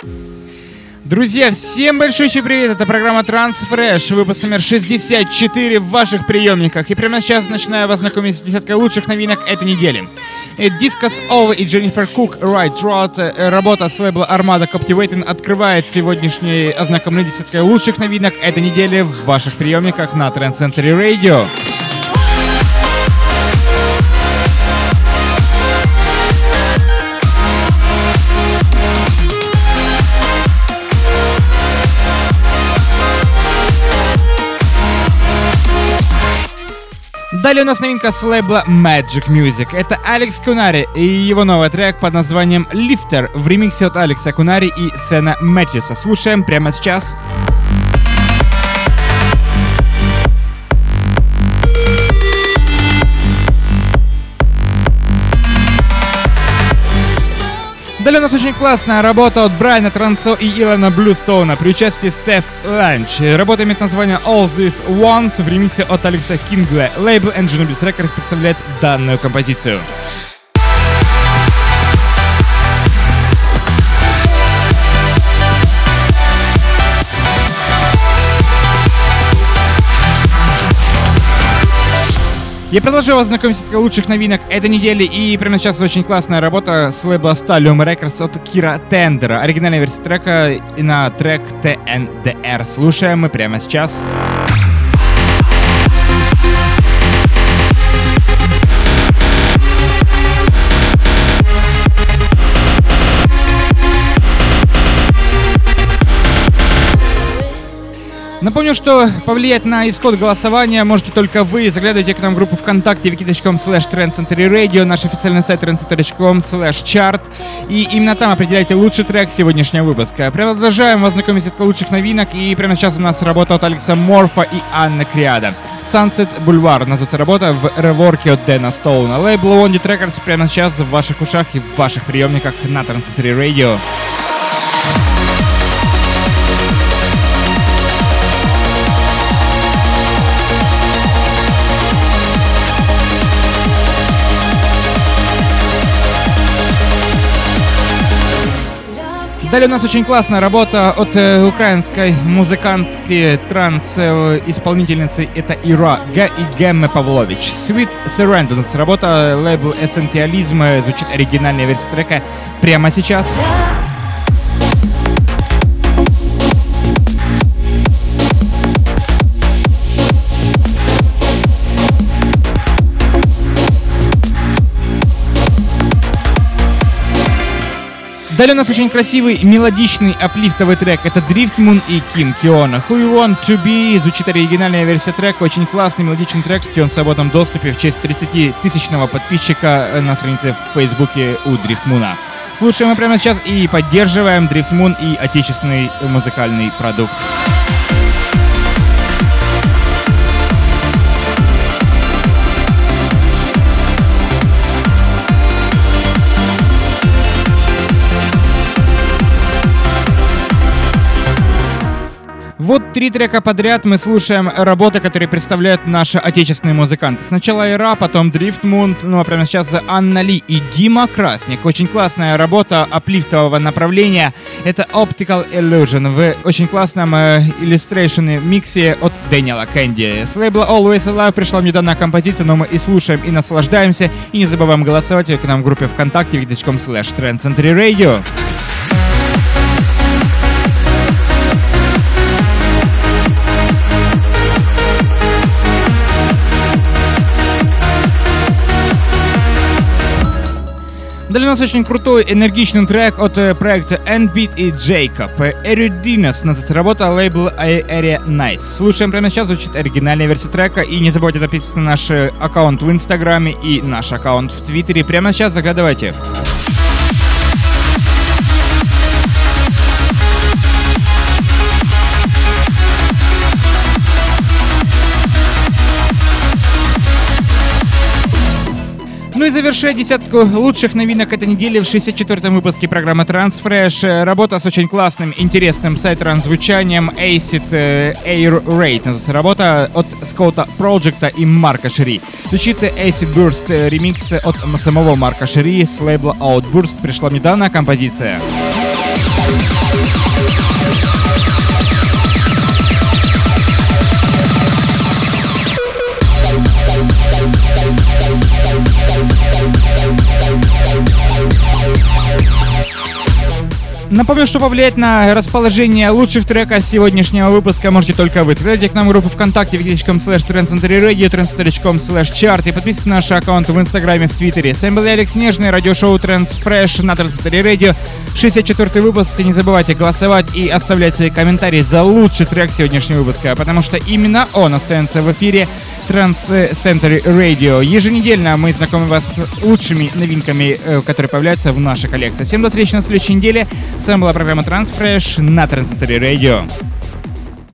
Друзья, всем большущий привет! Это программа Transfresh, выпуск номер 64 в ваших приемниках. И прямо сейчас начинаю вас знакомить с десяткой лучших новинок этой недели. Discos Ова и Jennifer Cook Right Throughout, работа с лейбла Armada Captivating, открывает сегодняшнее ознакомление десяткой лучших новинок этой недели в ваших приемниках на Trend Century Radio. Далее у нас новинка с лейбла Magic Music. Это Алекс Кунари и его новый трек под названием Lifter в ремиксе от Алекса Кунари и Сэна Мэтьюса. Слушаем прямо сейчас. Далее у нас очень классная работа от Брайана Трансо и Илона Блюстоуна при участии Стеф Ланч. Работа имеет название All This Once в ремиксе от Алекса Кингла. Лейбл Angelobis Records представляет данную композицию. Я продолжаю вас знакомить с лучших новинок этой недели, и прямо сейчас очень классная работа с лейбла Stallium Records от Кира Тендера. Оригинальная версия трека на трек TNDR. Слушаем мы прямо сейчас. Напомню, что повлиять на исход голосования можете только вы. Заглядывайте к нам в группу ВКонтакте wiki.com/trendcenturyradio, наш официальный сайт trendcentury.com/chart. И именно там определяйте лучший трек сегодняшнего выпуска. Продолжаем вас знакомить с лучших новинок. И прямо сейчас у нас работа от Алекса Морфа и Анны Криада. Sunset Boulevard называется работа в реворке от Дэна Стоуна. Лейбл Wounded Records прямо сейчас в ваших ушах и в ваших приемниках на Trend Century Radio. Далее у нас очень классная работа от украинской музыкантки, транс-исполнительницы. Это Ира Г и Гемме Павлович. Sweet Surrender. У нас работа, лейбл Essentialism. Звучит оригинальная версия трека прямо сейчас. Далее у нас очень красивый, мелодичный, аплифтовый трек. Это Drift Moon и Kim Kiona. Who You Want To Be. Звучит оригинальная версия трека. Очень классный, мелодичный трек с в свободном доступе в честь 30-тысячного подписчика на странице в Фейсбуке у Drift Moon. Слушаем мы прямо сейчас и поддерживаем Drift Moon и отечественный музыкальный продукт. Вот 3 трека подряд мы слушаем работы, которые представляют наши отечественные музыканты. Сначала Ира, потом Drift Moon, ну а прямо сейчас Анна Ли и Дима Красник. Очень классная работа аплифтового направления. Это Optical Illusion в очень классном illustration миксе от Дэниела Кэнди. С лейбла Always Alive пришла мне данная композиция, но мы и слушаем, и наслаждаемся. И не забываем голосовать к нам в группе ВКонтакте wiki.com/trendcenturyradio. Далее у нас очень крутой, энергичный трек от проекта N-Beat и Jacob. Eridinos называется работа лейбл Area Nights. Слушаем прямо сейчас, звучит оригинальная версия трека. И не забывайте подписываться на наш аккаунт в Инстаграме и наш аккаунт в Твиттере. Прямо сейчас заглядывайте. Ну и завершая десятку лучших новинок этой недели в 64-м выпуске программы Transfresh. Работа с очень классным, интересным сайт-звучанием Acid Air Raid. Называется работа от Скотта Проджекта и Марка Шери. Звучит Acid Burst ремикс от самого Марка Шери с лейбла Outburst. Пришла недавно композиция. Напомню, что повлиять на расположение лучших треков сегодняшнего выпуска можете только вы. Заходите к нам в группу ВКонтакте wiki.com/trendcenterradio, trendcenterra.com/chart и подписывайтесь на наши аккаунты в Инстаграме, в Твиттере. С вами был Алекс Нежный, радиошоу Trends Fresh на Trendcenterra Radio. 64-й выпуск. И не забывайте голосовать и оставлять свои комментарии за лучший трек сегодняшнего выпуска, потому что именно он останется в эфире Trendcenterra Radio. Еженедельно мы знакомим вас с лучшими новинками, которые появляются в нашей коллекции. Всем до встречи на следующей неделе. С вами была программа Trends Fresh на Trendcenterra Radio.